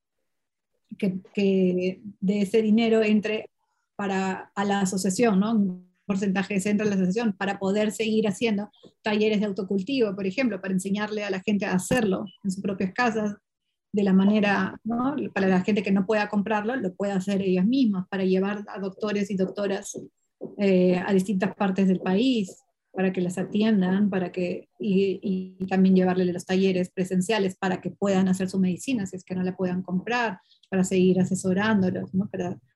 de ese dinero entre a la asociación, ¿no? Un porcentaje entra a la asociación para poder seguir haciendo talleres de autocultivo, por ejemplo, para enseñarle a la gente a hacerlo en sus propias casas, de la manera, ¿no? Para la gente que no pueda comprarlo, lo pueda hacer ellos mismos, para llevar a doctores y doctoras a distintas partes del país, para que las atiendan, y también llevarle los talleres presenciales para que puedan hacer su medicina, si es que no la puedan comprar, para seguir asesorándolos, ¿no?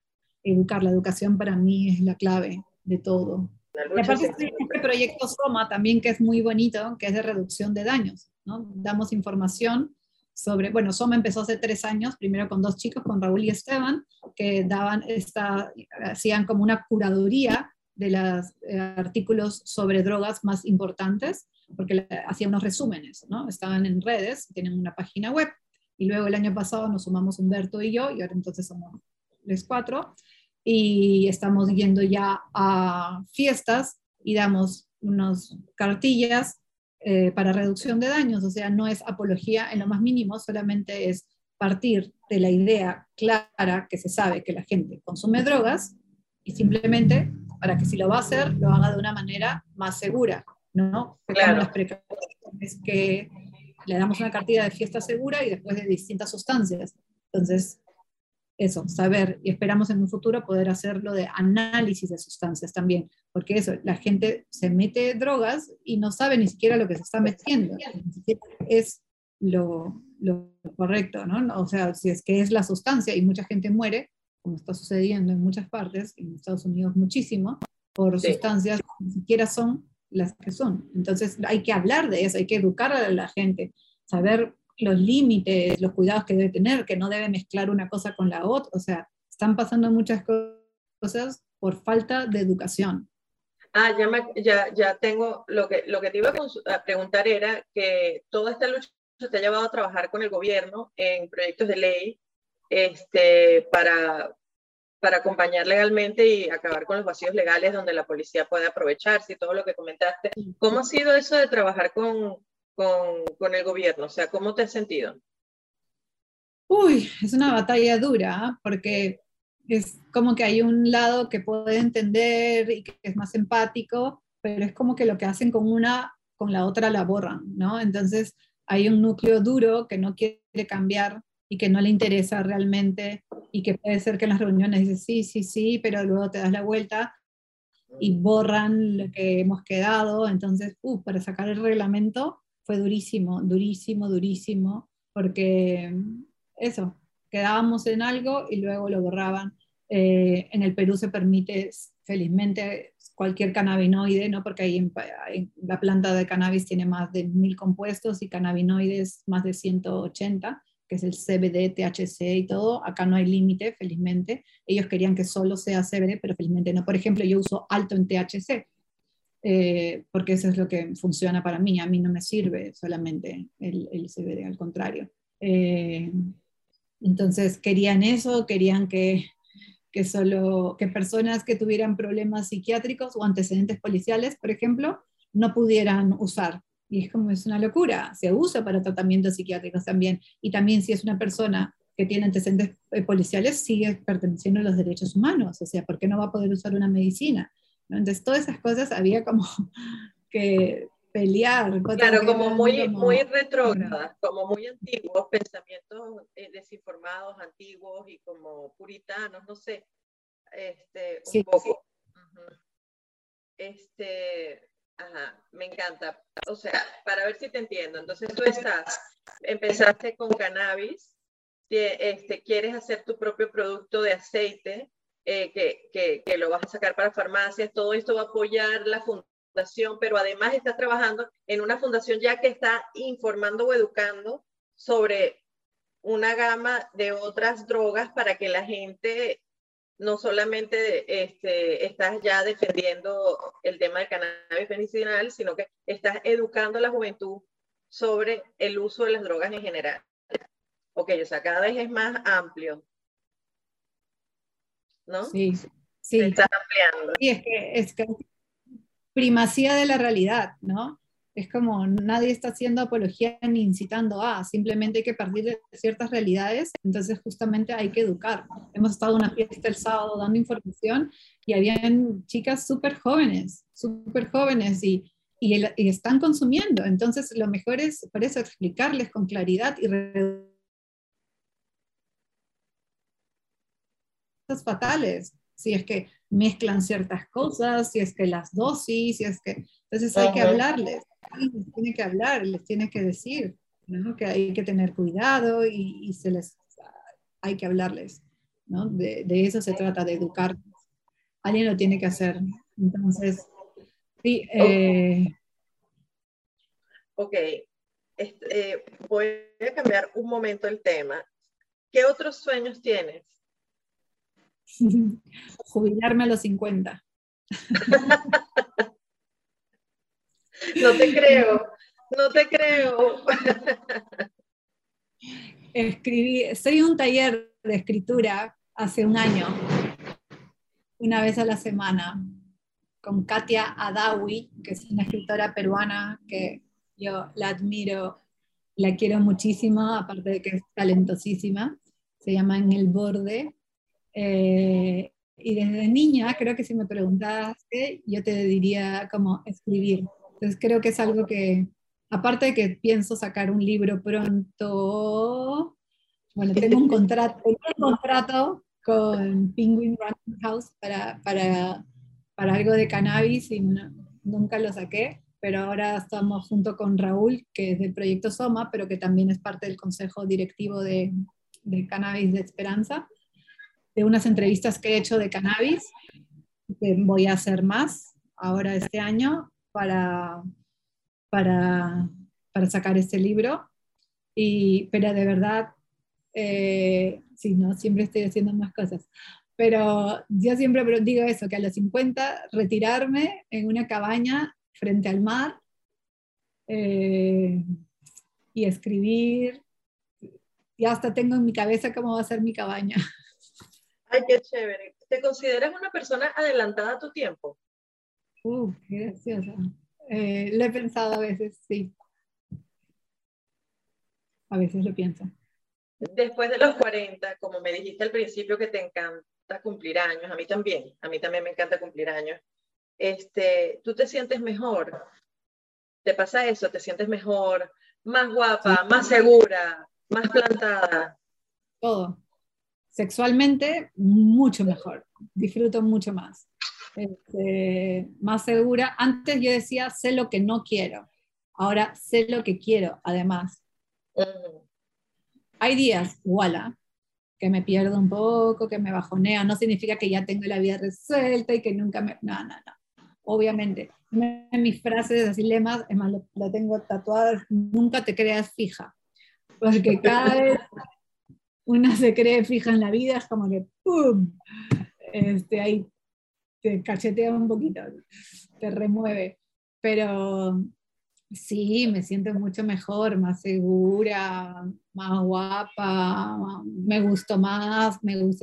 educar. La educación para mí es la clave de todo. La Y lucha aparte sin estoy en este proyecto SOMA también, que es muy bonito, que es de reducción de daños, ¿no? Damos información sobre, bueno, SOMA empezó hace 3 años, primero con 2 chicos, con Raúl y Esteban, que hacían como una curaduría de los artículos sobre drogas más importantes, porque hacían unos resúmenes, ¿no? Estaban en redes, tienen una página web, y luego el año pasado nos sumamos Humberto y yo, y ahora entonces somos los 4, y estamos yendo ya a fiestas y damos unas cartillas para reducción de daños, o sea, no es apología en lo más mínimo, solamente es partir de la idea clara que se sabe que la gente consume drogas y simplemente para que si lo va a hacer, lo haga de una manera más segura, ¿no? Que tome las precauciones, que le damos una cartilla de fiesta segura y después de distintas sustancias. Entonces, eso, saber, y esperamos en un futuro poder hacerlo de análisis de sustancias también, porque eso, la gente se mete drogas y no sabe ni siquiera lo que se está metiendo, ni siquiera es lo correcto, ¿no? O sea, si es que es la sustancia y mucha gente muere, como está sucediendo en muchas partes, en Estados Unidos muchísimo, por sustancias que ni siquiera son las que son. Entonces hay que hablar de eso, hay que educar a la gente, saber los límites, los cuidados que debe tener, que no debe mezclar una cosa con la otra, o sea, están pasando muchas cosas por falta de educación. Ya tengo, lo que te iba a preguntar era que toda esta lucha te ha llevado a trabajar con el gobierno en proyectos de ley para acompañar legalmente y acabar con los vacíos legales donde la policía puede aprovecharse y todo lo que comentaste. ¿Cómo ha sido eso de trabajar con el gobierno? O sea, ¿cómo te has sentido? Uy, es una batalla dura, porque es como que hay un lado que puede entender y que es más empático, pero es como que lo que hacen con una, con la otra la borran, ¿no? Entonces hay un núcleo duro que no quiere cambiar y que no le interesa realmente y que puede ser que en las reuniones dice sí, sí, sí, pero luego te das la vuelta y borran lo que hemos quedado. Entonces, para sacar el reglamento fue durísimo, durísimo, durísimo, porque eso, quedábamos en algo y luego lo borraban. En el Perú se permite, felizmente, cualquier cannabinoide, ¿no? Porque ahí la planta de cannabis tiene más de 1000 compuestos y cannabinoides más de 180, que es el CBD, THC y todo. Acá no hay límite, felizmente. Ellos querían que solo sea CBD, pero felizmente no. Por ejemplo, yo uso alto en THC, porque eso es lo que funciona para mí. A mí no me sirve solamente el CBD, al contrario. Entonces querían eso, querían que personas que tuvieran problemas psiquiátricos o antecedentes policiales, por ejemplo, no pudieran usar. Y es como, es una locura, se usa para tratamientos psiquiátricos también. Y también si es una persona que tiene antecedentes policiales, sigue perteneciendo a los derechos humanos. O sea, ¿por qué no va a poder usar una medicina? ¿No? Entonces, todas esas cosas había como que pelear. Claro, como muy retrógradas, como muy antiguos, pensamientos desinformados, antiguos y como puritanos, no sé, un poco. Ajá, me encanta. O sea, para ver si te entiendo. Entonces tú empezaste con cannabis, quieres hacer tu propio producto de aceite, que lo vas a sacar para farmacias, todo esto va a apoyar la fundación, pero además estás trabajando en una fundación ya que está informando o educando sobre una gama de otras drogas para que la gente no solamente estás ya defendiendo el tema del cannabis medicinal, sino que estás educando a la juventud sobre el uso de las drogas en general. Ok, o sea, cada vez es más amplio, ¿no? Sí, Se sí. está ampliando. Sí, es que primacía de la realidad, ¿no? Es como nadie está haciendo apología ni incitando a, simplemente hay que partir de ciertas realidades, entonces justamente hay que educar. Hemos estado en una fiesta el sábado dando información y habían chicas súper jóvenes y están consumiendo, entonces lo mejor es por eso explicarles con claridad y fatales, si es que mezclan ciertas cosas, si es que las dosis, si es que... Entonces hay que hablarles, les tiene que hablar, les tiene que decir, ¿no? Que hay que tener cuidado y hay que hablarles. ¿no? De eso se trata, de educar. Alguien lo tiene que hacer. Entonces, sí. Ok, voy a cambiar un momento el tema. ¿Qué otros sueños tienes? Jubilarme a los 50. No te creo, no te creo. Soy un taller de escritura hace un año, una vez a la semana, con Katia Adawi, que es una escritora peruana que yo la admiro, la quiero muchísimo, aparte de que es talentosísima. Se llama En el Borde. Y desde niña, creo que si me preguntaste, yo te diría como escribir. Entonces creo que es algo que, aparte de que pienso sacar un libro pronto, bueno, tengo un contrato con Penguin Random House para algo de cannabis y nunca lo saqué, pero ahora estamos junto con Raúl, que es del proyecto Soma, pero que también es parte del consejo directivo de Cannabis de Esperanza, de unas entrevistas que he hecho de cannabis, que voy a hacer más ahora este año para sacar este libro. Pero de verdad, sí, no, siempre estoy haciendo más cosas. Pero yo siempre digo eso, que a los 50 retirarme en una cabaña frente al mar y escribir. Y hasta tengo en mi cabeza cómo va a ser mi cabaña. Ay, qué chévere. ¿Te consideras una persona adelantada a tu tiempo? Qué graciosa. Lo he pensado a veces, sí. A veces lo pienso. Después de los 40, como me dijiste al principio que te encanta cumplir años, a mí también me encanta cumplir años, ¿tú te sientes mejor? ¿Te pasa eso? ¿Te sientes mejor? ¿Más guapa? Sí. ¿Más segura? ¿Más plantada? Todo. Sexualmente, mucho mejor. Disfruto mucho más. Más segura. Antes yo decía, sé lo que no quiero. Ahora sé lo que quiero, además. Hay días, voilà, que me pierdo un poco, que me bajonea. No significa que ya tengo la vida resuelta y que nunca me... No, no, no. Obviamente. Una de mis frases, así lemas, es más, lo tengo tatuado, nunca te creas fija. Porque cada vez una se cree fija en la vida, es como que ¡pum! Ahí te cachetea un poquito, te remueve. Pero sí, me siento mucho mejor, más segura, más guapa, me gusto más,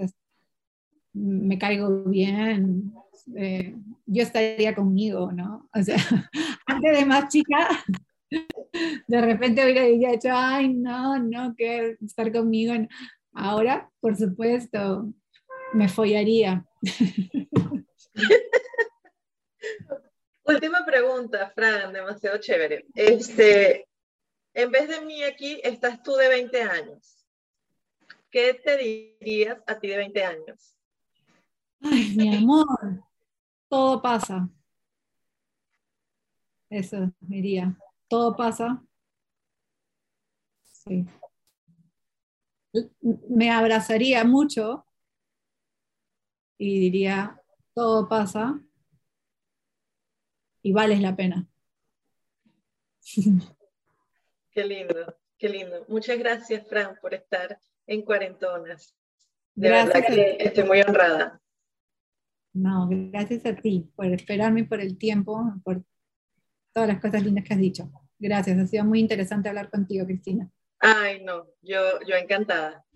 me caigo bien. Yo estaría conmigo, ¿no? O sea, antes de más chica, de repente hubiera dicho, ay, no, no, que estar conmigo. Ahora, por supuesto, me follaría. Última pregunta, Fran, demasiado chévere. En vez de mí aquí, estás tú de 20 años. ¿Qué te dirías a ti de 20 años? Ay, mi amor, todo pasa. Eso diría, todo pasa. Sí. Me abrazaría mucho y diría, todo pasa y vales la pena. Qué lindo, qué lindo. Muchas gracias, Fran, por estar en Cuarentonas. De Gracias verdad que estoy muy honrada. No, gracias a ti por esperarme, por el tiempo, por todas las cosas lindas que has dicho. Gracias, ha sido muy interesante hablar contigo, Cristina. Ay, no, yo encantada.